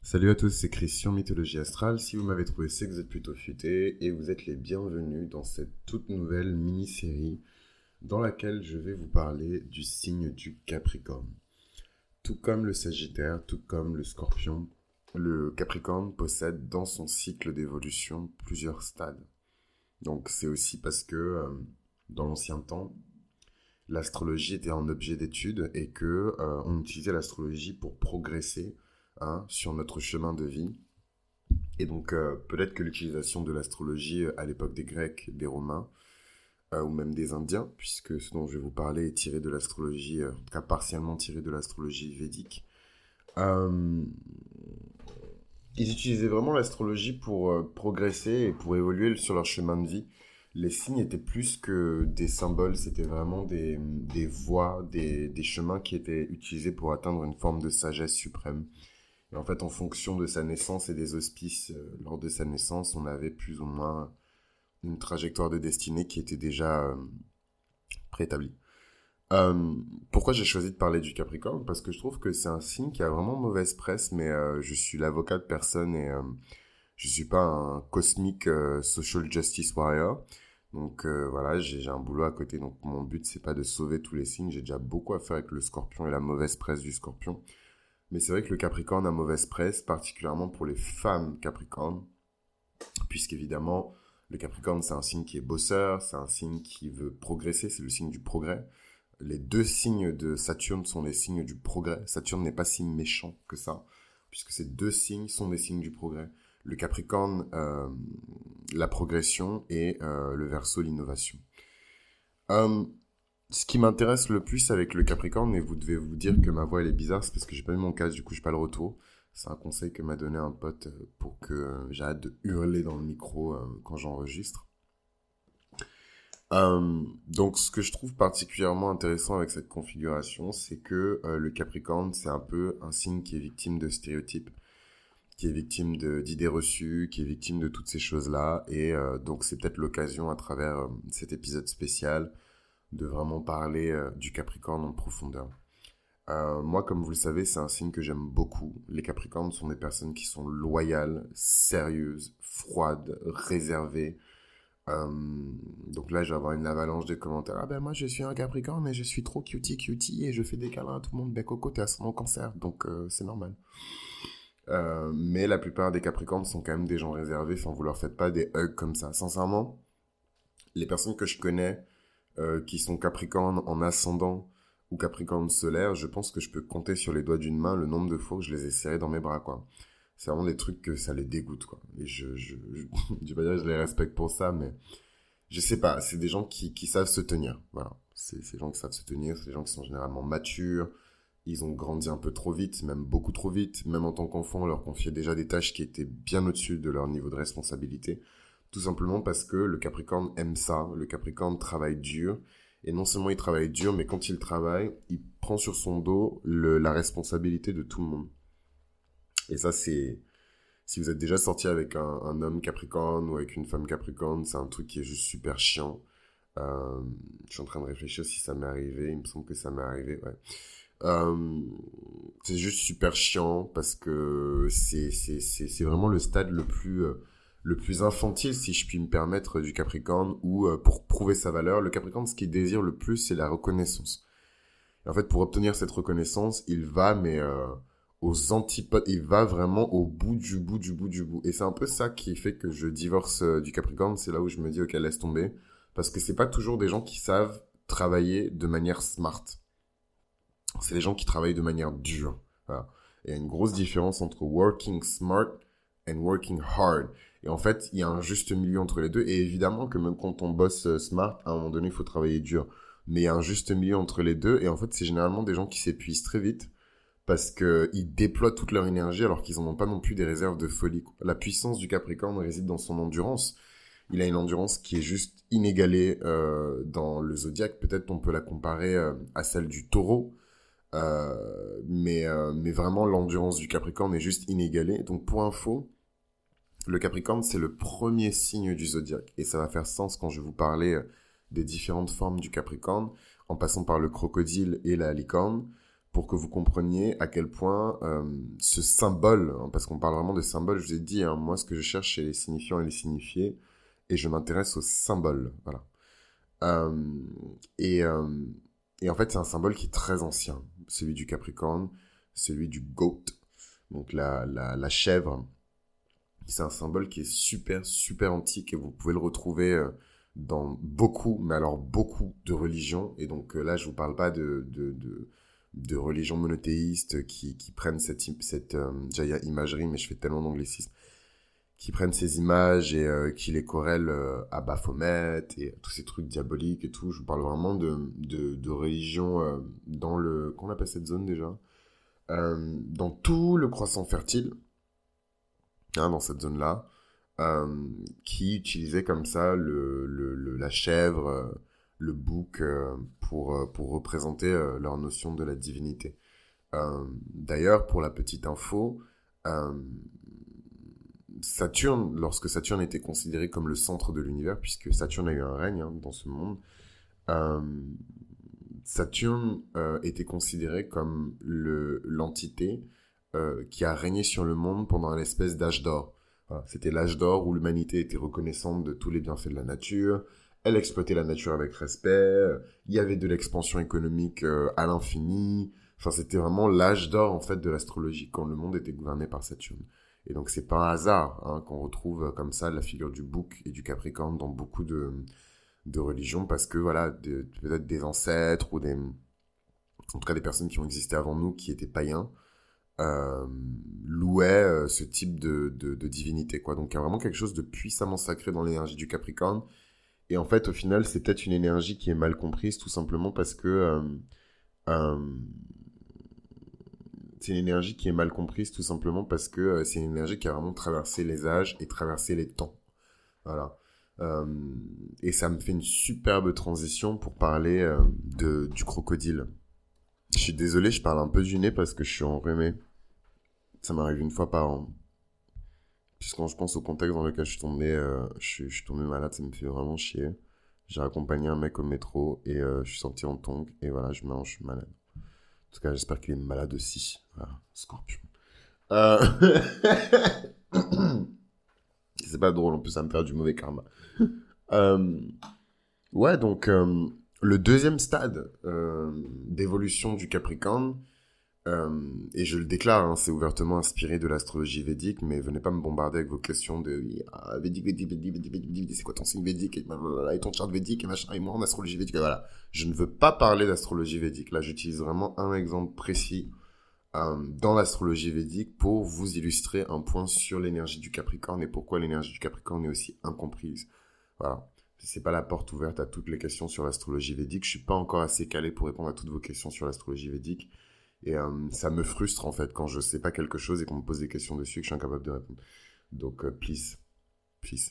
Salut à tous, c'est Christian, Mythologie Astrale. Si vous m'avez trouvé, c'est que vous êtes plutôt futé et vous êtes les bienvenus dans cette toute nouvelle mini-série dans laquelle je vais vous parler du signe du Capricorne. Tout comme le Sagittaire, tout comme le Scorpion, le Capricorne possède dans son cycle d'évolution plusieurs stades. Donc c'est aussi parce que dans l'ancien temps, l'astrologie était un objet d'étude et que on utilisait l'astrologie pour progresser sur notre chemin de vie. Et donc, peut-être que l'utilisation de l'astrologie à l'époque des Grecs, des Romains, ou même des Indiens, puisque ce dont je vais vous parler est tiré de l'astrologie, en tout cas partiellement tiré de l'astrologie védique. Euh, Ils utilisaient vraiment l'astrologie pour progresser et pour évoluer sur leur chemin de vie. Les signes étaient plus que des symboles, c'était vraiment des voies, des chemins qui étaient utilisés pour atteindre une forme de sagesse suprême. Et en fait, en fonction de sa naissance et des auspices lors de sa naissance, on avait plus ou moins une trajectoire de destinée qui était déjà préétablie. Euh, Pourquoi j'ai choisi de parler du Capricorne? Parce que je trouve que c'est un signe qui a vraiment mauvaise presse, mais je suis l'avocat de personne et je suis pas un cosmique social justice warrior. Donc voilà, j'ai un boulot à côté, donc mon but c'est pas de sauver tous les signes, j'ai déjà beaucoup à faire avec le Scorpion et la mauvaise presse du Scorpion. Mais c'est vrai que le Capricorne a mauvaise presse, particulièrement pour les femmes Capricornes, puisqu'évidemment, le Capricorne, c'est un signe qui est bosseur, c'est un signe qui veut progresser, c'est le signe du progrès. Les deux signes de Saturne sont les signes du progrès. Saturne n'est pas si méchant que ça, puisque ces deux signes sont des signes du progrès. Le Capricorne, la progression, et le Verseau, l'innovation. Euh, Ce qui m'intéresse le plus avec le Capricorne, et vous devez vous dire que ma voix elle est bizarre, c'est parce que j'ai pas eu mon casque, du coup j'ai pas le retour. C'est un conseil que m'a donné un pote pour que j'arrête de hurler dans le micro quand j'enregistre. Donc ce que je trouve particulièrement intéressant avec cette configuration, c'est que le Capricorne, c'est un peu un signe qui est victime de stéréotypes, qui est victime d'idées reçues, qui est victime de toutes ces choses-là. Et donc c'est peut-être l'occasion à travers cet épisode spécial de vraiment parler du Capricorne en profondeur. Moi, comme vous le savez, c'est un signe que j'aime beaucoup. Les Capricornes sont des personnes qui sont loyales, sérieuses, froides, réservées. Euh, donc là, je vais avoir une avalanche de commentaires. Ah ben moi, je suis un Capricorne et je suis trop cutie cutie et je fais des câlins à tout le monde. Ben Coco, t'es ascendant Cancer, donc c'est normal. Mais la plupart des Capricornes sont quand même des gens réservés. Enfin, vous leur faites pas des hugs comme ça. Sincèrement, les personnes que je connais qui sont Capricorne en ascendant ou Capricorne solaire, je pense que je peux compter sur les doigts d'une main le nombre de fois que je les ai serrés dans mes bras, quoi. C'est vraiment des trucs que ça les dégoûte, quoi. Et je vais pas dire que je les respecte pour ça, mais je sais pas, c'est des gens qui savent se tenir, voilà. C'est ces gens qui savent se tenir, c'est des gens qui sont généralement matures, ils ont grandi un peu trop vite, même beaucoup trop vite, même en tant qu'enfant, on leur confiait déjà des tâches qui étaient bien au-dessus de leur niveau de responsabilité. Tout simplement parce que le Capricorne aime ça. Le Capricorne travaille dur. Et non seulement il travaille dur, mais quand il travaille, il prend sur son dos la responsabilité de tout le monde. Et ça, c'est... Si vous êtes déjà sorti avec un homme Capricorne ou avec une femme Capricorne, c'est un truc qui est juste super chiant. Je suis en train de réfléchir si ça m'est arrivé. Il me semble que ça m'est arrivé, ouais. Euh, c'est juste super chiant parce que c'est vraiment le stade le plus infantile, si je puis me permettre, du Capricorne, où pour prouver sa valeur, le Capricorne, ce qu'il désire le plus, c'est la reconnaissance. Et en fait, pour obtenir cette reconnaissance, il va, mais aux antipodes, il va vraiment au bout du bout du bout du bout. Et c'est un peu ça qui fait que je divorce du Capricorne, c'est là où je me dis, ok, laisse tomber, parce que c'est pas toujours des gens qui savent travailler de manière smart. C'est des gens qui travaillent de manière dure. Voilà. Il y a une grosse différence entre working smart and working hard. Et en fait, il y a un juste milieu entre les deux. Et évidemment que même quand on bosse smart, à un moment donné, il faut travailler dur. Mais il y a un juste milieu entre les deux. Et en fait, c'est généralement des gens qui s'épuisent très vite parce qu'ils déploient toute leur énergie alors qu'ils n'en ont pas non plus des réserves de folie, quoi. La puissance du Capricorne réside dans son endurance. Il a une endurance qui est juste inégalée dans le zodiaque. Peut-être on peut la comparer à celle du Taureau. Mais vraiment, l'endurance du Capricorne est juste inégalée. Donc, pour info, le Capricorne, c'est le premier signe du zodiaque. Et ça va faire sens quand je vais vous parler des différentes formes du Capricorne, en passant par le crocodile et la licorne. pour que vous compreniez à quel point ce symbole, hein, parce qu'on parle vraiment de symbole, je vous ai dit, hein, moi ce que je cherche c'est les signifiants et les signifiés, et je m'intéresse aux symboles, voilà. Euh, et, euh, et en fait c'est un symbole qui est très ancien, celui du Capricorne, celui du goat, donc la chèvre. C'est un symbole qui est super, super antique et vous pouvez le retrouver dans beaucoup, mais alors beaucoup de religions. Et donc là, je vous parle pas de religions monothéistes qui prennent cette j'allais dire imagerie, mais je fais tellement d'anglicisme, qui prennent ces images et qui les corrèlent à Baphomet et tous ces trucs diaboliques et tout. Je vous parle vraiment de religions dans le... Qu'on appelle cette zone déjà dans tout le croissant fertile, hein, dans cette zone-là, qui utilisaient comme ça la chèvre, le bouc, pour représenter leur notion de la divinité. D'ailleurs, pour la petite info, euh, Saturne, lorsque Saturne était considéré comme le centre de l'univers, puisque Saturne a eu un règne dans ce monde, euh, Saturne était considéré comme l'entité qui a régné sur le monde pendant l'espèce d'âge d'or. Voilà, c'était l'âge d'or où l'humanité était reconnaissante de tous les bienfaits de la nature, elle exploitait la nature avec respect, il y avait de l'expansion économique à l'infini. Enfin, c'était vraiment l'âge d'or en fait de l'astrologie quand le monde était gouverné par Saturne. Et donc c'est pas un hasard hein, qu'on retrouve comme ça la figure du bouc et du capricorne dans beaucoup de religions parce que voilà, peut-être des ancêtres ou en tout cas des personnes qui ont existé avant nous qui étaient païens euh, louaient ce type de divinité quoi. Donc il y a vraiment quelque chose de puissamment sacré dans l'énergie du Capricorne. Et en fait, au final, c'est peut-être une énergie qui est mal comprise tout simplement parce que euh, c'est une énergie qui est mal comprise tout simplement parce que c'est une énergie qui a vraiment traversé les âges et traversé les temps. Voilà. Euh, et ça me fait une superbe transition pour parler du crocodile. Je suis désolé, je parle un peu du nez parce que je suis enrhumé. Ça m'arrive une fois par an. Puisque quand je pense au contexte dans lequel je suis tombé, je suis tombé malade, ça me fait vraiment chier. J'ai accompagné un mec au métro et je suis sorti en tongs et voilà, je suis malade. En tout cas, j'espère qu'il est malade aussi. Voilà, scorpion. Euh... C'est pas drôle, en plus ça va me faire du mauvais karma. Euh, Ouais, donc le deuxième stade d'évolution du Capricorne, et je le déclare, hein, c'est ouvertement inspiré de l'astrologie védique, mais venez pas me bombarder avec vos questions de oui, védique, c'est quoi ton signe védique, et ton chart védique, et machin, et moi en astrologie védique, voilà. Je ne veux pas parler d'astrologie védique, là j'utilise vraiment un exemple précis dans l'astrologie védique pour vous illustrer un point sur l'énergie du Capricorne et pourquoi l'énergie du Capricorne est aussi incomprise. Voilà. C'est pas la porte ouverte à toutes les questions sur l'astrologie védique. Je suis pas encore assez calé pour répondre à toutes vos questions sur l'astrologie védique. Et ça me frustre en fait quand je sais pas quelque chose et qu'on me pose des questions dessus et que je suis incapable de répondre. Donc, please. Please.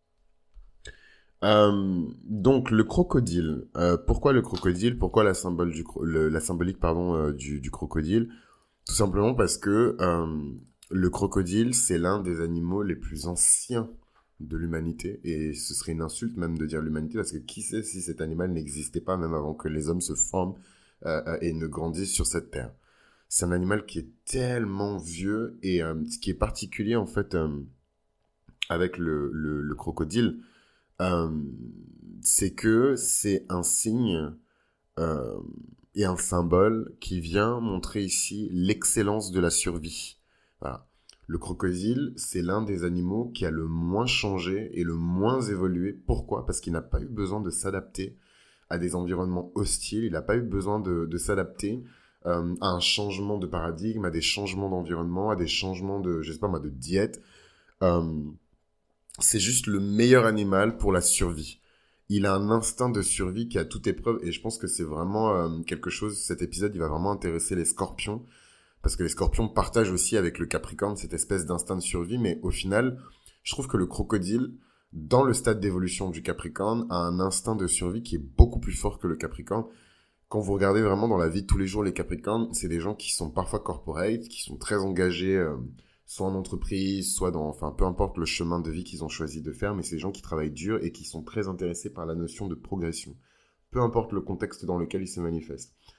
Donc le crocodile. Pourquoi le crocodile? Pourquoi la symbolique pardon du crocodile? Tout simplement parce que le crocodile c'est l'un des animaux les plus anciens de l'humanité et ce serait une insulte même de dire l'humanité parce que qui sait si cet animal n'existait pas même avant que les hommes se forment et ne grandissent sur cette terre. C'est un animal qui est tellement vieux et ce qui est particulier en fait avec le crocodile, euh, c'est que c'est un signe euh, et un symbole qui vient montrer ici l'excellence de la survie. Voilà. Le crocodile, c'est l'un des animaux qui a le moins changé et le moins évolué. Pourquoi? Parce qu'il n'a pas eu besoin de s'adapter à des environnements hostiles. Il n'a pas eu besoin de s'adapter à un changement de paradigme, à des changements d'environnement, à des changements de, je sais pas moi, de diète. Euh, c'est juste le meilleur animal pour la survie. Il a un instinct de survie qui est à toute épreuve et je pense que c'est vraiment quelque chose, cet épisode il va vraiment intéresser les scorpions parce que les scorpions partagent aussi avec le capricorne cette espèce d'instinct de survie mais au final je trouve que le crocodile dans le stade d'évolution du capricorne a un instinct de survie qui est beaucoup plus fort que le capricorne. Quand vous regardez vraiment dans la vie de tous les jours les capricornes, c'est des gens qui sont parfois corporate, qui sont très engagés soit en entreprise, soit dans, enfin, peu importe le chemin de vie qu'ils ont choisi de faire, mais c'est des gens qui travaillent dur et qui sont très intéressés par la notion de progression. Peu importe le contexte dans lequel ils se manifestent.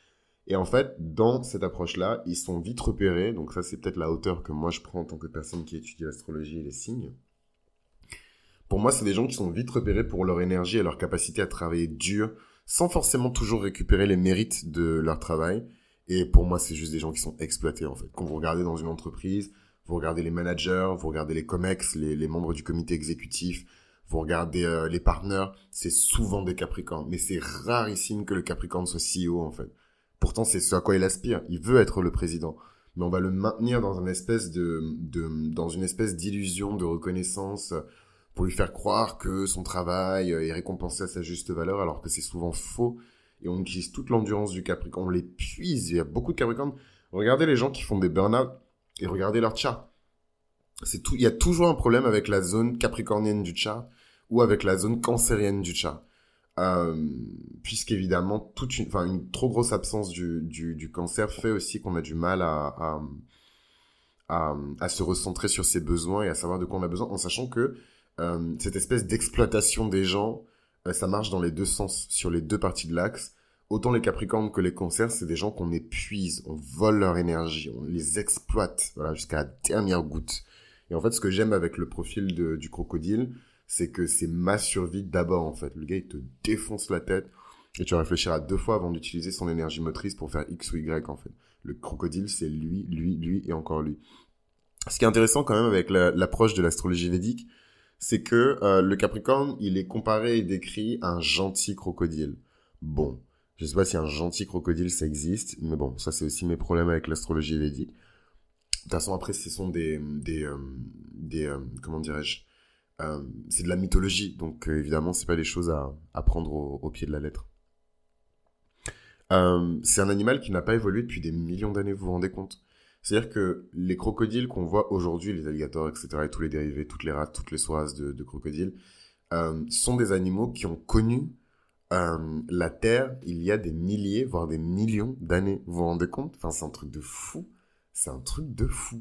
Et en fait, dans cette approche-là, ils sont vite repérés. Donc ça, c'est peut-être la hauteur que moi je prends en tant que personne qui étudie l'astrologie et les signes. Pour moi, c'est des gens qui sont vite repérés pour leur énergie et leur capacité à travailler dur, sans forcément toujours récupérer les mérites de leur travail. Et pour moi, c'est juste des gens qui sont exploités, en fait. Quand vous regardez dans une entreprise, vous regardez les managers, vous regardez les comex, les membres du comité exécutif, vous regardez les partenaires, c'est souvent des Capricornes. Mais c'est rarissime que le Capricorne soit CEO, en fait. Pourtant, c'est ce à quoi il aspire. Il veut être le président. Mais on va le maintenir dans une espèce dans une espèce d'illusion de reconnaissance pour lui faire croire que son travail est récompensé à sa juste valeur, alors que c'est souvent faux. Et on utilise toute l'endurance du Capricorne, on l'épuise. Il y a beaucoup de Capricornes. Regardez les gens qui font des burn-out et regardez leur chart. C'est tout. Il y a toujours un problème avec la zone capricornienne du chart ou avec la zone cancérienne du chart. Puisqu'évidemment, une trop grosse absence du cancer fait aussi qu'on a du mal à se recentrer sur ses besoins et à savoir de quoi on a besoin, en sachant que cette espèce d'exploitation des gens, ça marche dans les deux sens, sur les deux parties de l'axe. Autant les Capricornes que les Cancers, c'est des gens qu'on épuise, on vole leur énergie, on les exploite, voilà, jusqu'à la dernière goutte. Et en fait, ce que j'aime avec le profil du crocodile, c'est que c'est ma survie d'abord, en fait. Le gars, il te défonce la tête et tu réfléchiras 2 fois avant d'utiliser son énergie motrice pour faire X ou Y, en fait. Le crocodile, c'est lui et encore lui. Ce qui est intéressant quand même avec l'approche de l'astrologie védique, c'est que le Capricorne, il est comparé et décrit un gentil crocodile. Bon, je sais pas si un gentil crocodile ça existe, mais bon, ça c'est aussi mes problèmes avec l'astrologie védique. De toute façon, après, ce sont comment dirais-je, c'est de la mythologie, donc évidemment, c'est pas des choses à prendre au pied de la lettre. C'est un animal qui n'a pas évolué depuis des millions d'années, vous vous rendez compte? C'est-à-dire que les crocodiles qu'on voit aujourd'hui, les alligators, etc., et tous les dérivés, toutes les rats, toutes les soises de crocodiles, sont des animaux qui ont connu la Terre il y a des milliers, voire des millions d'années. Vous vous rendez compte? Enfin, c'est un truc de fou. C'est un truc de fou.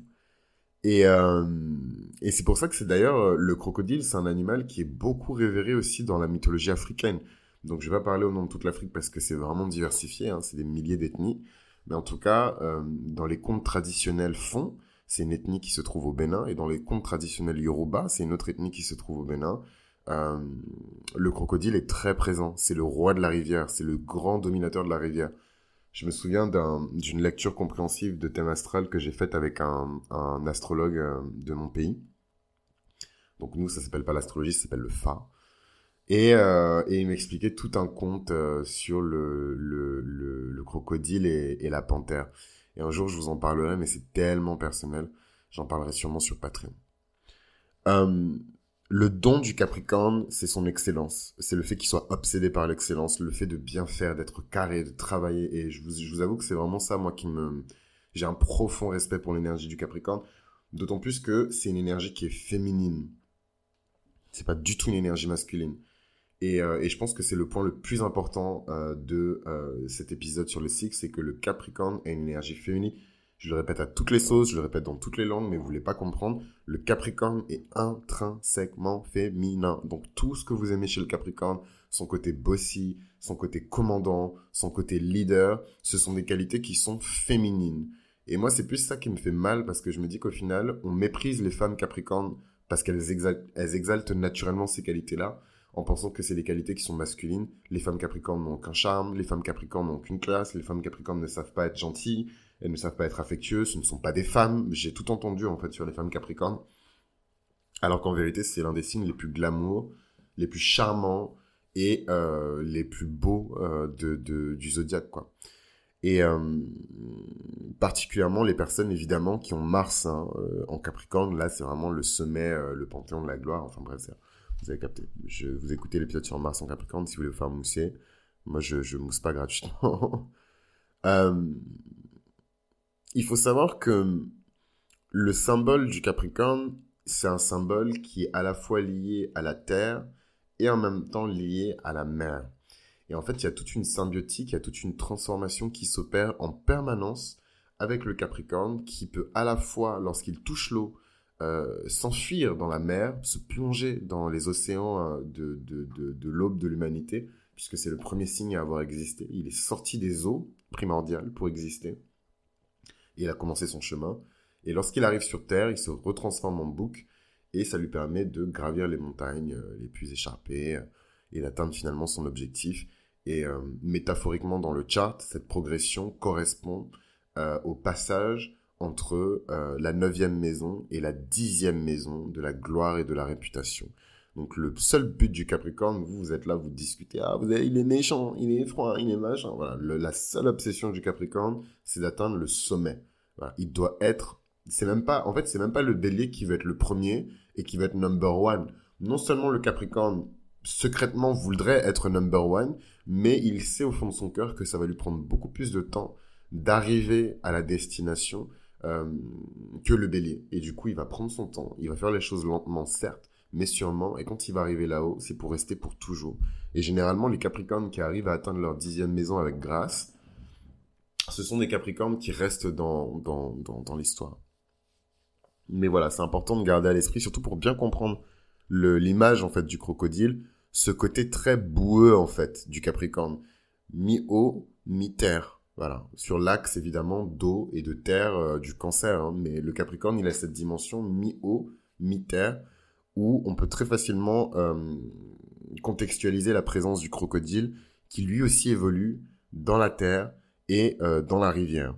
Et c'est pour ça que c'est d'ailleurs, le crocodile, c'est un animal qui est beaucoup révéré aussi dans la mythologie africaine. Donc je vais pas parler au nom de toute l'Afrique parce que c'est vraiment diversifié, hein, c'est des milliers d'ethnies. Mais en tout cas, dans les contes traditionnels Fon, c'est une ethnie qui se trouve au Bénin, et dans les contes traditionnels Yoruba, c'est une autre ethnie qui se trouve au Bénin. Euh, le crocodile est très présent, c'est le roi de la rivière, c'est le grand dominateur de la rivière. Je me souviens d'une lecture compréhensive de thème astral que j'ai faite avec un astrologue de mon pays. Donc nous, ça s'appelle pas l'astrologie, ça s'appelle le Fa. Et il m'expliquait tout un conte sur le crocodile et la panthère. Et un jour, je vous en parlerai, mais c'est tellement personnel. J'en parlerai sûrement sur Patreon. Le don du Capricorne, c'est son excellence. C'est le fait qu'il soit obsédé par l'excellence, le fait de bien faire, d'être carré, de travailler. Et je vous avoue que c'est vraiment ça, moi, j'ai un profond respect pour l'énergie du Capricorne. D'autant plus que c'est une énergie qui est féminine. C'est pas du tout une énergie masculine. Et je pense que c'est le point le plus important de cet épisode sur le cycle, c'est que le Capricorne a une énergie féminine. Je le répète à toutes les sauces, je le répète dans toutes les langues, mais vous voulez pas comprendre. Le Capricorne est intrinsèquement féminin. Donc tout ce que vous aimez chez le Capricorne, son côté bossy, son côté commandant, son côté leader, ce sont des qualités qui sont féminines. Et moi, c'est plus ça qui me fait mal parce que je me dis qu'au final, on méprise les femmes Capricornes parce qu'elles exaltent naturellement ces qualités-là, en pensant que c'est des qualités qui sont masculines. Les femmes Capricornes n'ont aucun charme, les femmes Capricornes n'ont aucune classe, les femmes Capricornes ne savent pas être gentilles, elles ne savent pas être affectueuses, ce ne sont pas des femmes. J'ai tout entendu en fait sur les femmes Capricornes, alors qu'en vérité c'est l'un des signes les plus glamour, les plus charmants et les plus beaux du zodiaque, quoi. Et particulièrement les personnes évidemment qui ont Mars en Capricorne, là c'est vraiment le sommet, le panthéon de la gloire, enfin bref, vous avez capté. Vous écoutez l'épisode sur Mars en Capricorne si vous voulez vous faire mousser. Moi je mousse pas gratuitement. Il faut savoir que le symbole du Capricorne, c'est un symbole qui est à la fois lié à la terre et en même temps lié à la mer. Et en fait, il y a toute une symbiotique, il y a toute une transformation qui s'opère en permanence avec le Capricorne, qui peut à la fois, lorsqu'il touche l'eau, s'enfuir dans la mer, se plonger dans les océans de l'aube de l'humanité, puisque c'est le premier signe à avoir existé. Il est sorti des eaux, primordial pour exister. Et il a commencé son chemin. Et lorsqu'il arrive sur Terre, il se retransforme en bouc et ça lui permet de gravir les montagnes les plus écharpées et d'atteindre finalement son objectif. Et métaphoriquement dans le chart, cette progression correspond au passage entre la 9e maison et la 10e maison de la gloire et de la réputation. Donc le seul but du Capricorne, vous êtes là, vous discutez, il est méchant, il est froid, il est machin. Voilà, la seule obsession du Capricorne, c'est d'atteindre le sommet. Voilà, il doit être, c'est même pas le Bélier qui veut être le premier et qui veut être number one. Non seulement le Capricorne secrètement voudrait être number one, mais il sait au fond de son cœur que ça va lui prendre beaucoup plus de temps d'arriver à la destination que le Bélier. Et du coup, il va prendre son temps, il va faire les choses lentement, certes, mais sûrement, et quand il va arriver là-haut, c'est pour rester pour toujours. Et généralement, les Capricornes qui arrivent à atteindre leur 10e maison avec grâce, ce sont des Capricornes qui restent dans l'histoire. Mais voilà, c'est important de garder à l'esprit, surtout pour bien comprendre l'image, en fait, du crocodile, ce côté très boueux, en fait, du Capricorne. Mi-eau, mi-terre. Voilà. Sur l'axe, évidemment, d'eau et de terre du Cancer. Hein. Mais le Capricorne, il a cette dimension mi-eau, mi-terre, où on peut très facilement contextualiser la présence du crocodile, qui lui aussi évolue dans la terre et dans la rivière.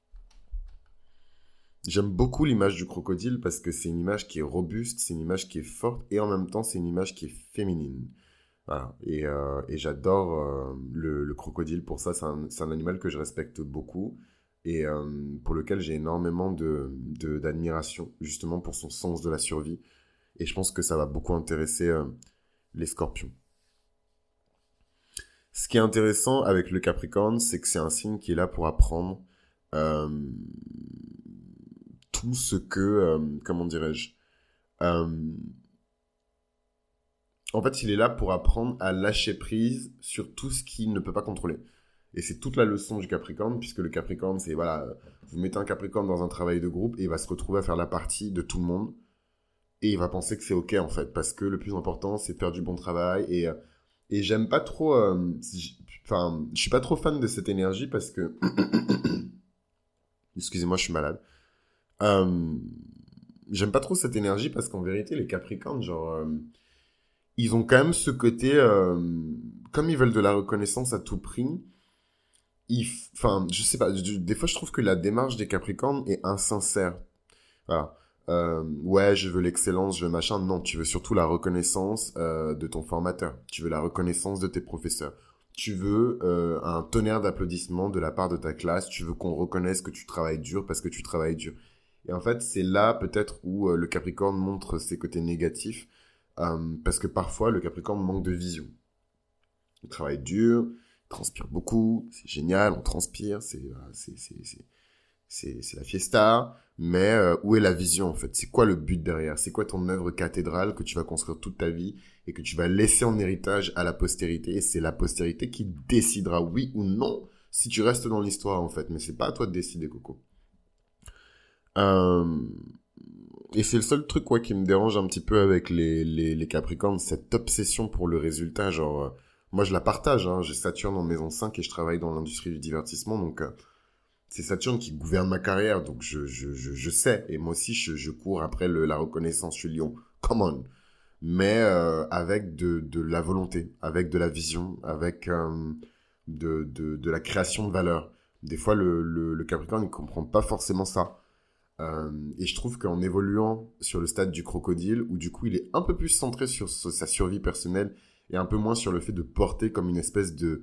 J'aime beaucoup l'image du crocodile parce que c'est une image qui est robuste, c'est une image qui est forte et en même temps c'est une image qui est féminine. Voilà. Et j'adore le crocodile pour ça. C'est un animal que je respecte beaucoup et pour lequel j'ai énormément d'admiration justement pour son sens de la survie. Et je pense que ça va beaucoup intéresser les scorpions. Ce qui est intéressant avec le Capricorne, c'est que c'est un signe qui est là pour apprendre tout ce que... comment dirais-je En fait, il est là pour apprendre à lâcher prise sur tout ce qu'il ne peut pas contrôler. Et c'est toute la leçon du Capricorne, puisque le Capricorne, c'est, voilà, vous mettez un Capricorne dans un travail de groupe et il va se retrouver à faire la partie de tout le monde. Et il va penser que c'est OK, en fait, parce que le plus important, c'est de faire du bon travail. Et j'aime pas trop... Enfin, je suis pas trop fan de cette énergie parce que... Excusez-moi, je suis malade. J'aime pas trop cette énergie parce qu'en vérité, les Capricornes, genre... ils ont quand même ce côté... comme ils veulent de la reconnaissance à tout prix, enfin, je sais pas, des fois, je trouve que la démarche des Capricornes est insincère. Voilà. Ouais, je veux l'excellence, je veux machin. Non, tu veux surtout la reconnaissance de ton formateur. Tu veux la reconnaissance de tes professeurs. Tu veux un tonnerre d'applaudissements de la part de ta classe. Tu veux qu'on reconnaisse que tu travailles dur parce que tu travailles dur. Et en fait, c'est là peut-être où le Capricorne montre ses côtés négatifs parce que parfois, le Capricorne manque de vision. Il travaille dur, il transpire beaucoup, c'est génial, on transpire, c'est la fiesta, mais où est la vision en fait? C'est quoi le but derrière? C'est quoi ton œuvre cathédrale que tu vas construire toute ta vie et que tu vas laisser en héritage à la postérité? Et c'est la postérité qui décidera oui ou non si tu restes dans l'histoire en fait, mais c'est pas à toi de décider, Coco. Et c'est le seul truc quoi qui me dérange un petit peu avec les Capricornes, cette obsession pour le résultat, genre moi je la partage, hein, j'ai Saturne en maison 5 et je travaille dans l'industrie du divertissement, donc c'est Saturne qui gouverne ma carrière, donc je sais. Et moi aussi, je cours après la reconnaissance. Je suis lion. Come on. Mais avec de la volonté, avec de la vision, avec de la création de valeur. Des fois, le Capricorne, il comprend pas forcément ça. Et je trouve qu'en évoluant sur le stade du crocodile, où du coup, il est un peu plus centré sur sa survie personnelle et un peu moins sur le fait de porter comme une espèce de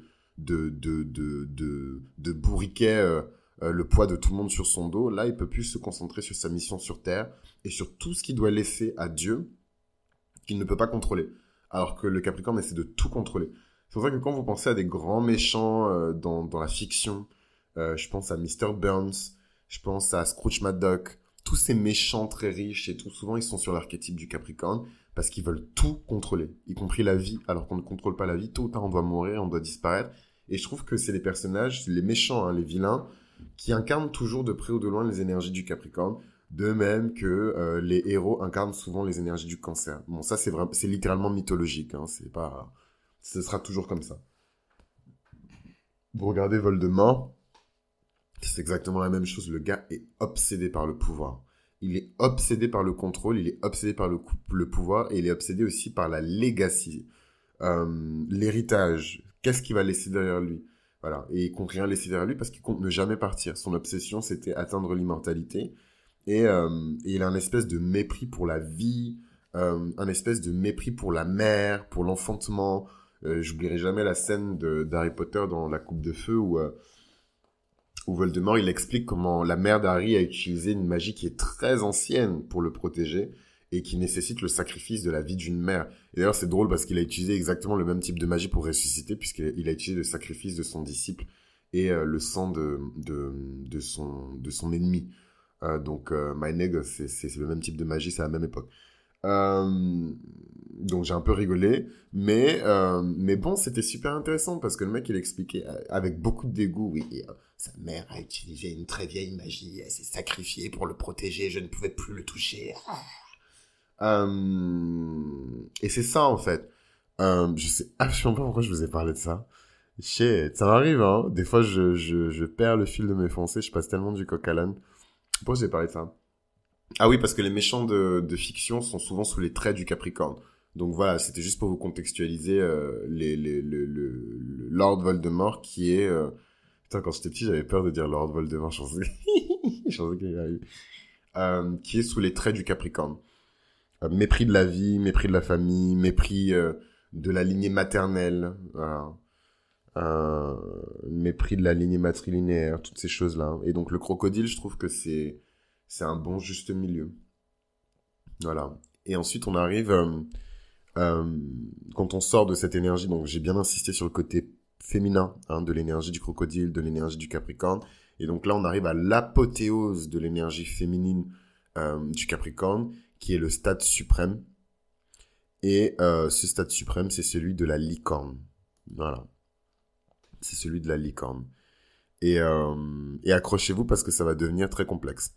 bourriquet... le poids de tout le monde sur son dos, là, il peut plus se concentrer sur sa mission sur Terre et sur tout ce qu'il doit laisser à Dieu qu'il ne peut pas contrôler. Alors que le Capricorne essaie de tout contrôler. C'est pour ça que quand vous pensez à des grands méchants dans la fiction, je pense à Mr. Burns, je pense à Scrooge McDuck, tous ces méchants très riches et tout, souvent ils sont sur l'archétype du Capricorne parce qu'ils veulent tout contrôler, y compris la vie, alors qu'on ne contrôle pas la vie. Tôt ou tard, on doit mourir, on doit disparaître. Et je trouve que c'est les personnages, les méchants, hein, les vilains, qui incarnent toujours de près ou de loin les énergies du Capricorne, de même que les héros incarnent souvent les énergies du Cancer. Bon, ça c'est littéralement mythologique, hein, c'est pas, ce sera toujours comme ça. Vous regardez Voldemort, C'est exactement la même chose. Le gars est obsédé par le pouvoir. Il est obsédé par le contrôle, il est obsédé par le pouvoir et il est obsédé aussi par la legacy, l'héritage. Qu'est-ce qu'il va laisser derrière lui? Voilà. Et il compte rien laisser derrière lui parce qu'il compte ne jamais partir. Son obsession, c'était atteindre l'immortalité. Et il a un espèce de mépris pour la vie, un espèce de mépris pour la mère, pour l'enfantement. J'oublierai jamais la scène d'Harry Potter dans La Coupe de Feu où Voldemort, il explique comment la mère d'Harry a utilisé une magie qui est très ancienne pour le protéger et qui nécessite le sacrifice de la vie d'une mère. Et d'ailleurs, c'est drôle parce qu'il a utilisé exactement le même type de magie pour ressusciter puisqu'il a utilisé le sacrifice de son disciple et le sang de son ennemi. Donc, My Neg, c'est le même type de magie, c'est à la même époque. Donc j'ai un peu rigolé, mais bon, c'était super intéressant parce que le mec il expliquait avec beaucoup de dégoût, oui, sa mère a utilisé une très vieille magie, elle s'est sacrifiée pour le protéger, je ne pouvais plus le toucher. Et c'est ça en fait. Je sais absolument pas pourquoi je vous ai parlé de ça. Shit, ça m'arrive, hein. Des fois je perds le fil de mes pensées, je passe tellement du coq à l'âne. Pourquoi j'ai parlé de ça? Ah oui, parce que les méchants de fiction sont souvent sous les traits du Capricorne. Donc voilà, c'était juste pour vous contextualiser le Lord Voldemort qui est... Putain, quand j'étais petit, j'avais peur de dire Lord Voldemort, je pensais, je pensais qu'il y avait... qui est sous les traits du Capricorne. Mépris de la vie, mépris de la famille, mépris de la lignée maternelle, voilà. Mépris de la lignée matrilinéaire, toutes ces choses-là. Et donc le crocodile, je trouve que c'est un bon juste milieu. Voilà. Et ensuite, on arrive, quand on sort de cette énergie, donc j'ai bien insisté sur le côté féminin, hein, de l'énergie du crocodile, de l'énergie du Capricorne. Et donc là, on arrive à l'apothéose de l'énergie féminine du Capricorne, qui est le stade suprême. Et ce stade suprême, c'est celui de la licorne. Voilà. C'est celui de la licorne. Et accrochez-vous parce que ça va devenir très complexe.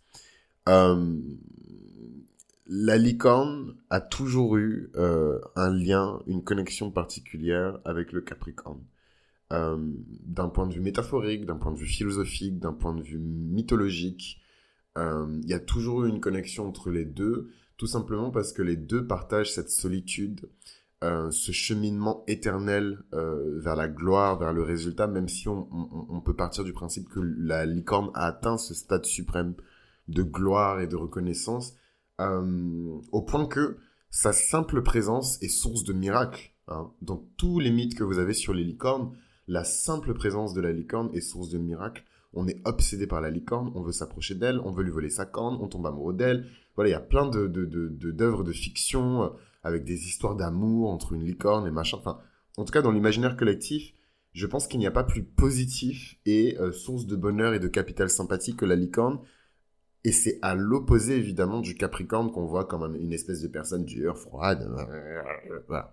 La licorne a toujours eu un lien, une connexion particulière avec le Capricorne. D'un point de vue métaphorique, d'un point de vue philosophique, d'un point de vue mythologique, il y a toujours eu une connexion entre les deux, tout simplement parce que les deux partagent cette solitude, ce cheminement éternel vers la gloire, vers le résultat, même si on peut partir du principe que la licorne a atteint ce stade suprême de gloire et de reconnaissance, au point que sa simple présence est source de miracle. Hein. Dans tous les mythes que vous avez sur les licornes, la simple présence de la licorne est source de miracle. On est obsédé par la licorne, on veut s'approcher d'elle, on veut lui voler sa corne, on tombe amoureux d'elle. Voilà, il y a plein d'œuvres de fiction avec des histoires d'amour entre une licorne et machin. Enfin, en tout cas, dans l'imaginaire collectif, je pense qu'il n'y a pas plus positif et source de bonheur et de capital sympathie que la licorne. Et c'est à l'opposé, évidemment, du Capricorne qu'on voit comme une espèce de personne dure, froide. Voilà.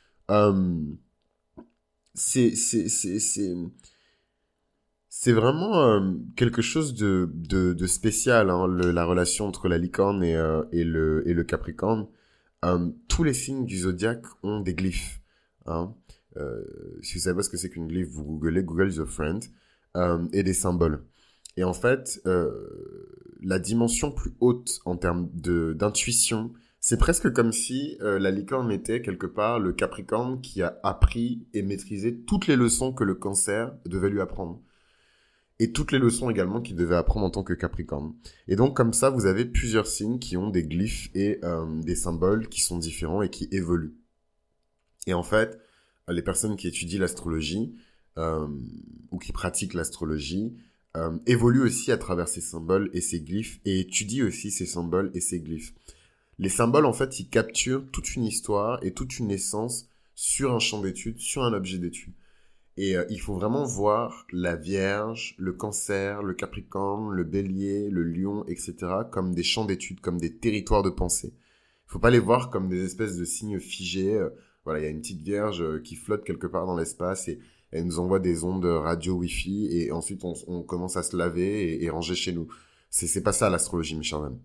C'est vraiment quelque chose de spécial, hein, la relation entre la licorne et le Capricorne. Tous les signes du zodiaque ont des glyphes. Hein. Si vous savez pas ce que c'est qu'une glyphe, vous googlez Google is a friend, et des symboles. Et en fait, la dimension plus haute en termes d'intuition, c'est presque comme si la licorne était quelque part le Capricorne qui a appris et maîtrisé toutes les leçons que le Cancer devait lui apprendre. Et toutes les leçons également qu'il devait apprendre en tant que Capricorne. Et donc comme ça, vous avez plusieurs signes qui ont des glyphes et des symboles qui sont différents et qui évoluent. Et en fait, les personnes qui étudient l'astrologie ou qui pratiquent l'astrologie évoluent aussi à travers ces symboles et ces glyphes et étudient aussi ces symboles et ces glyphes. Les symboles, en fait, ils capturent toute une histoire et toute une essence sur un champ d'étude, sur un objet d'étude. Et il faut vraiment voir la Vierge, le Cancer, le Capricorne, le Bélier, le Lion, etc. comme des champs d'études, comme des territoires de pensée. Il faut pas les voir comme des espèces de signes figés. Voilà, il y a une petite Vierge qui flotte quelque part dans l'espace et elle nous envoie des ondes radio Wi-Fi et ensuite on commence à se laver et ranger chez nous. C'est pas ça l'astrologie, mes chers amis.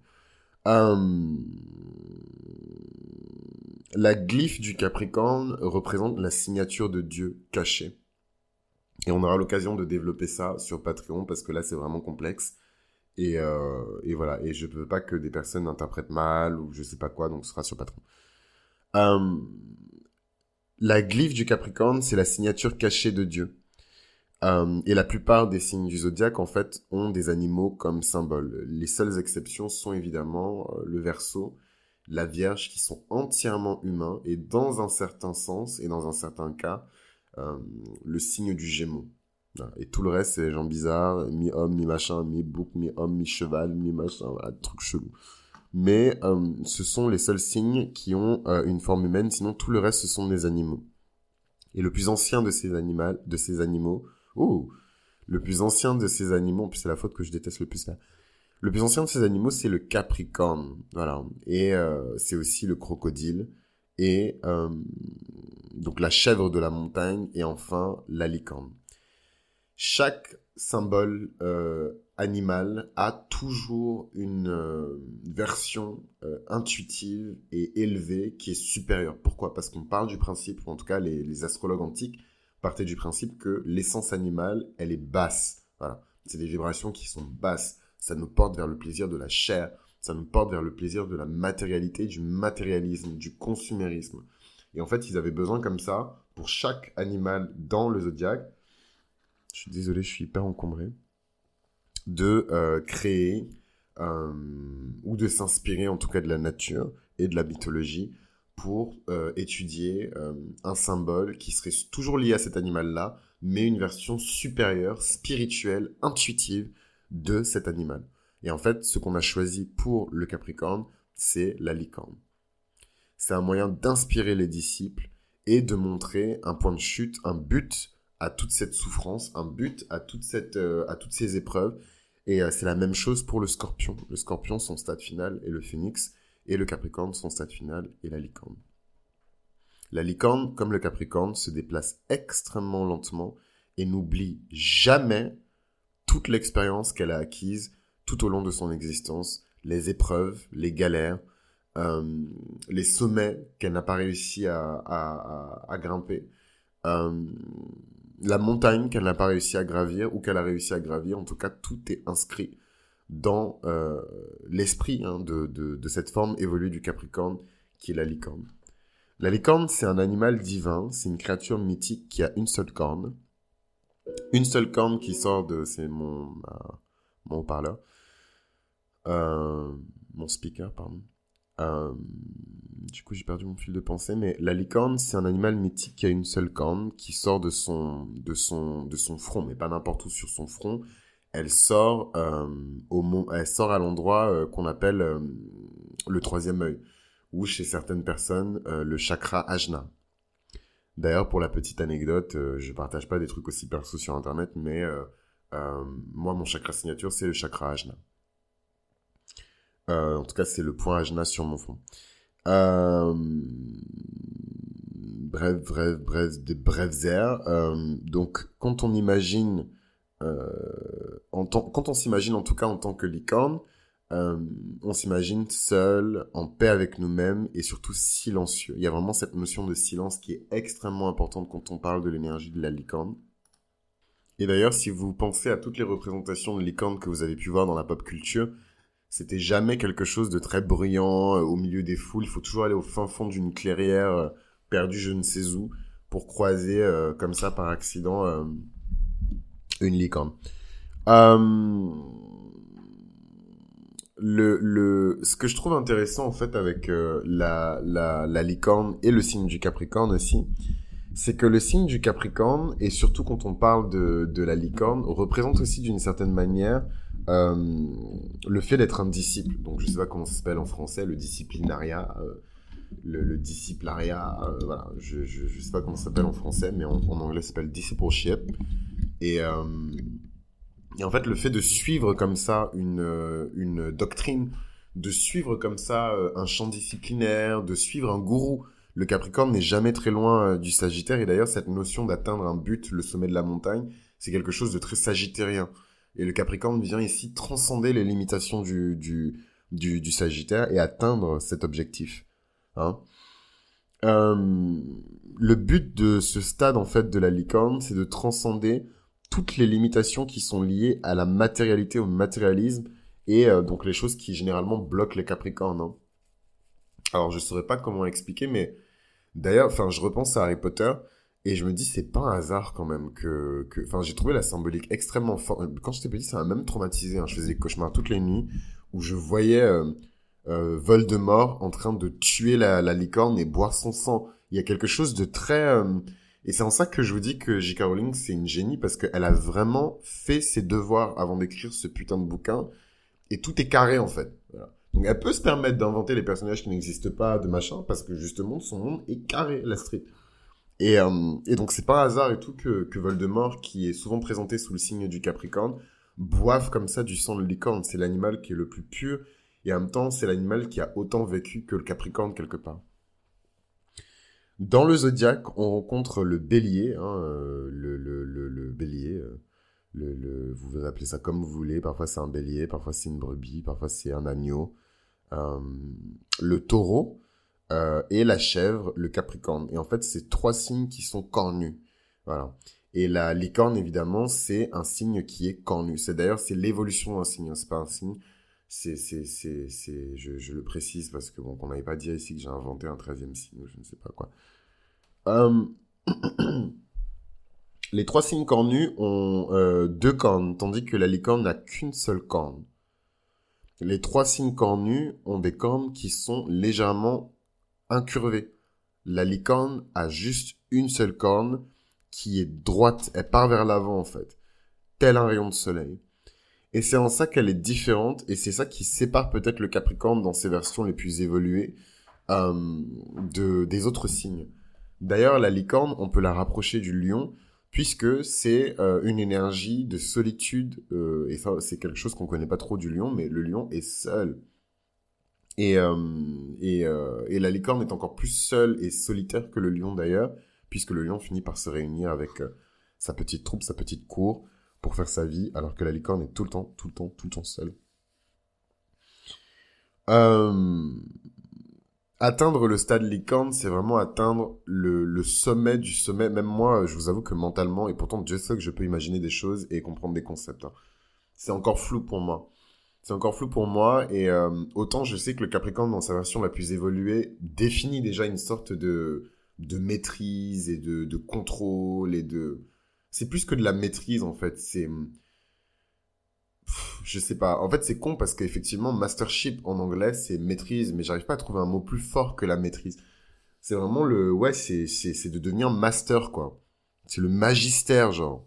La glyphe du Capricorne représente la signature de Dieu cachée. Et on aura l'occasion de développer ça sur Patreon parce que là, c'est vraiment complexe. Et voilà. Et je veux pas que des personnes interprètent mal ou je sais pas quoi, donc ce sera sur Patreon. Euh, la glyphe du Capricorne, c'est la signature cachée de Dieu. Et la plupart des signes du zodiaque, en fait, ont des animaux comme symbole. Les seules exceptions sont évidemment le Verseau, la Vierge, qui sont entièrement humains, et dans un certain sens, et dans un certain cas, le signe du Gémeaux. Voilà. Et tout le reste, c'est les gens bizarres, mi-homme, mi-machin, mi-bouc, mi-homme, mi-cheval, mi-machin, voilà, trucs chelous. Mais ce sont les seuls signes qui ont une forme humaine, sinon tout le reste, ce sont des animaux. Et le plus ancien de ces animaux, le plus ancien de ces animaux, puis c'est la faute que je déteste le plus là. Le plus ancien de ces animaux, c'est le Capricorne, voilà. Et c'est aussi le crocodile et donc la chèvre de la montagne et enfin la licorne. Chaque symbole animal a toujours une version intuitive et élevée qui est supérieure. Pourquoi ? Parce qu'on part du principe, ou en tout cas les astrologues antiques partaient du principe que l'essence animale, elle est basse. Voilà. C'est des vibrations qui sont basses. Ça nous porte vers le plaisir de la chair. Ça nous porte vers le plaisir de la matérialité, du matérialisme, du consumérisme. Et en fait, ils avaient besoin comme ça, pour chaque animal dans le zodiaque, je suis désolé, je suis hyper encombré, de créer ou de s'inspirer en tout cas de la nature et de la mythologie pour étudier un symbole qui serait toujours lié à cet animal-là, mais une version supérieure, spirituelle, intuitive de cet animal. Et en fait, ce qu'on a choisi pour le Capricorne, c'est la licorne. C'est un moyen d'inspirer les disciples et de montrer un point de chute, un but à toute cette souffrance, un but à toutes ces épreuves. Et c'est la même chose pour le Scorpion. Le Scorpion, son stade final est le Phénix, et le Capricorne, son stade final est la licorne. La licorne, comme le Capricorne, se déplace extrêmement lentement et n'oublie jamais toute l'expérience qu'elle a acquise tout au long de son existence, les épreuves, les galères, les sommets qu'elle n'a pas réussi à grimper, la montagne qu'elle n'a pas réussi à gravir ou qu'elle a réussi à gravir. En tout cas, tout est inscrit dans l'esprit de cette forme évoluée du Capricorne qui est la licorne. La licorne, c'est un animal divin, c'est une créature mythique qui a une seule corne. Une seule corne qui sort de... C'est mon haut-parleur. Mon speaker, pardon. Du coup, j'ai perdu mon fil de pensée, mais la licorne, c'est un animal mythique qui a une seule corne, qui sort de son front, mais pas n'importe où sur son front. Elle sort elle sort à l'endroit qu'on appelle le troisième œil, ou chez certaines personnes, le chakra ajna. D'ailleurs, pour la petite anecdote, je partage pas des trucs aussi perso sur Internet, mais moi, mon chakra signature, c'est le chakra ajna. En tout cas, c'est le point ajna sur mon front. Bref airs. Donc, quand on imagine, quand on s'imagine en tout cas en tant que licorne, on s'imagine seul, en paix avec nous-mêmes et surtout silencieux. Il y a vraiment cette notion de silence qui est extrêmement importante quand on parle de l'énergie de la licorne. Et d'ailleurs, si vous pensez à toutes les représentations de licorne que vous avez pu voir dans la pop culture, c'était jamais quelque chose de très bruyant au milieu des foules. Il faut toujours aller au fin fond d'une clairière perdue je ne sais où pour croiser comme ça par accident une licorne. Ce que je trouve intéressant en fait avec la licorne et le signe du Capricorne aussi, c'est que le signe du Capricorne, et surtout quand on parle de la licorne, représente aussi d'une certaine manière le fait d'être un disciple. Donc je sais pas comment ça s'appelle en français, le disciplinariat, le disciplariat, voilà, je sais pas comment ça s'appelle en français, mais en anglais ça s'appelle discipleship. Et en fait, le fait de suivre comme ça une doctrine, de suivre comme ça un champ disciplinaire, de suivre un gourou. Le Capricorne n'est jamais très loin du Sagittaire. Et d'ailleurs, cette notion d'atteindre un but, le sommet de la montagne, c'est quelque chose de très sagittérien. Et le Capricorne vient ici transcender les limitations du Sagittaire et atteindre cet objectif. Hein. Euh, le but de ce stade, en fait, de la licorne, c'est de transcender toutes les limitations qui sont liées à la matérialité, au matérialisme, et donc les choses qui généralement bloquent les Capricornes. Hein. Alors, je saurais pas comment expliquer, mais d'ailleurs, enfin, je repense à Harry Potter, et je me dis, c'est pas un hasard quand même enfin, j'ai trouvé la symbolique extrêmement forte. Quand j'étais petit, ça m'a même traumatisé. Hein. Je faisais des cauchemars toutes les nuits où je voyais Voldemort en train de tuer la licorne et boire son sang. Il y a quelque chose de très... Et c'est en ça que je vous dis que J.K. Rowling, c'est une génie, parce qu'elle a vraiment fait ses devoirs avant d'écrire ce putain de bouquin, et tout est carré, en fait. Voilà. Donc elle peut se permettre d'inventer les personnages qui n'existent pas, de machin, parce que justement, son monde est carré, la street. Et donc c'est pas un hasard et tout que Voldemort, qui est souvent présenté sous le signe du Capricorne, boive comme ça du sang de licorne. C'est l'animal qui est le plus pur, et en même temps, c'est l'animal qui a autant vécu que le Capricorne quelque part. Dans le zodiaque, on rencontre le bélier, hein, le bélier, vous appelez ça comme vous voulez, parfois c'est un bélier, parfois c'est une brebis, parfois c'est un agneau, euh, le taureau, et la chèvre, le capricorne. Et en fait, c'est trois signes qui sont cornus. Voilà. Et la licorne, évidemment, c'est un signe qui est cornu. C'est l'évolution d'un signe, hein, c'est pas un signe. Je le précise parce que bon, qu'on n'avait pas dit ici que j'ai inventé un 13e signe, ou je ne sais pas quoi. Euh, les trois signes cornus ont deux cornes, tandis que la licorne n'a qu'une seule corne. Les trois signes cornus ont des cornes qui sont légèrement incurvées. La licorne a juste une seule corne qui est droite, elle part vers l'avant en fait, tel un rayon de soleil. Et c'est en ça qu'elle est différente, et c'est ça qui sépare peut-être le Capricorne dans ses versions les plus évoluées des autres signes. D'ailleurs, la licorne, on peut la rapprocher du lion, puisque c'est une énergie de solitude, et ça, c'est quelque chose qu'on connaît pas trop du lion, mais le lion est seul. Et la licorne est encore plus seule et solitaire que le lion d'ailleurs, puisque le lion finit par se réunir avec sa petite troupe, sa petite cour, pour faire sa vie, alors que la licorne est tout le temps seule. Atteindre le stade licorne, c'est vraiment atteindre le sommet du sommet. Même moi, je vous avoue que mentalement, et pourtant Dieu sait que je peux imaginer des choses et comprendre des concepts. Hein. C'est encore flou pour moi. C'est encore flou pour moi, et autant je sais que le Capricorne, dans sa version la plus évoluée, définit déjà une sorte de maîtrise et de contrôle et de... C'est plus que de la maîtrise, en fait. Je sais pas. En fait, c'est con parce qu'effectivement, mastership en anglais, c'est maîtrise, mais j'arrive pas à trouver un mot plus fort que la maîtrise. C'est vraiment le... Ouais, c'est de devenir master, quoi. C'est le magistère, genre.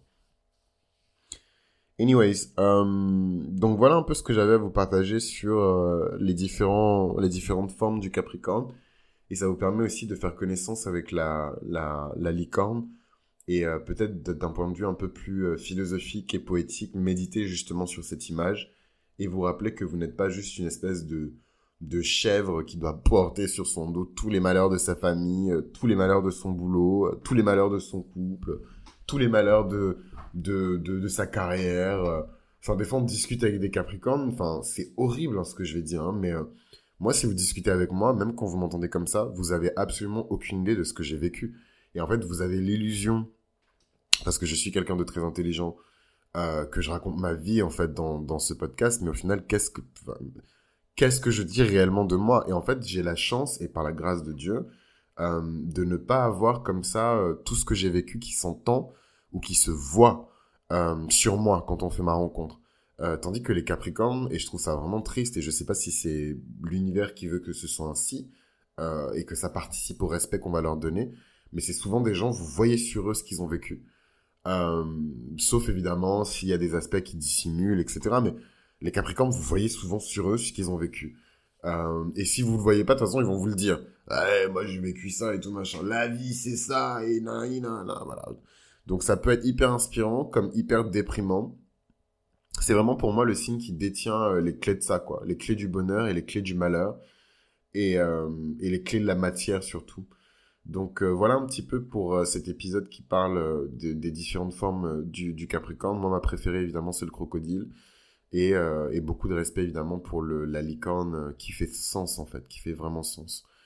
Anyways, donc voilà un peu ce que j'avais à vous partager sur les différentes formes du Capricorne. Et ça vous permet aussi de faire connaissance avec la licorne. Et peut-être d'un point de vue un peu plus philosophique et poétique, méditer justement sur cette image. Et vous rappeler que vous n'êtes pas juste une espèce de chèvre qui doit porter sur son dos tous les malheurs de sa famille, tous les malheurs de son boulot, tous les malheurs de son couple, tous les malheurs de sa carrière. Enfin, des fois, on discute avec des Capricornes. Enfin, c'est horrible hein, ce que je vais dire. Hein, mais moi, si vous discutez avec moi, même quand vous m'entendez comme ça, vous avez absolument aucune idée de ce que j'ai vécu. Et en fait, vous avez l'illusion, parce que je suis quelqu'un de très intelligent, que je raconte ma vie en fait dans ce podcast. Mais au final, qu'est-ce que je dis réellement de moi? Et en fait, j'ai la chance, et par la grâce de Dieu, de ne pas avoir comme ça tout ce que j'ai vécu qui s'entend ou qui se voit sur moi quand on fait ma rencontre. Tandis que les Capricornes, et je trouve ça vraiment triste, et je sais pas si c'est l'univers qui veut que ce soit ainsi, et que ça participe au respect qu'on va leur donner, mais c'est souvent des gens, vous voyez sur eux ce qu'ils ont vécu. Sauf évidemment s'il y a des aspects qui dissimulent, etc. Mais les Capricornes, vous voyez souvent sur eux ce qu'ils ont vécu. Et si vous le voyez pas, de toute façon, ils vont vous le dire. Ouais, moi j'ai vécu ça et tout machin. La vie c'est ça et voilà. Donc ça peut être hyper inspirant comme hyper déprimant. C'est vraiment pour moi le signe qui détient les clés de ça, quoi. Les clés du bonheur et les clés du malheur et les clés de la matière surtout. Donc voilà un petit peu pour cet épisode qui parle des différentes formes du Capricorne. Moi, ma préférée, évidemment, c'est le crocodile. Et beaucoup de respect, évidemment, pour la licorne qui fait sens, en fait, qui fait vraiment sens.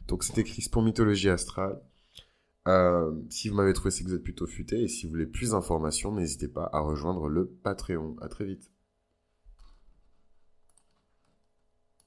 Donc c'était Chris pour Mythologie Astrale. Si vous m'avez trouvé, c'est que vous êtes plutôt futé. Et si vous voulez plus d'informations, n'hésitez pas à rejoindre le Patreon. À très vite.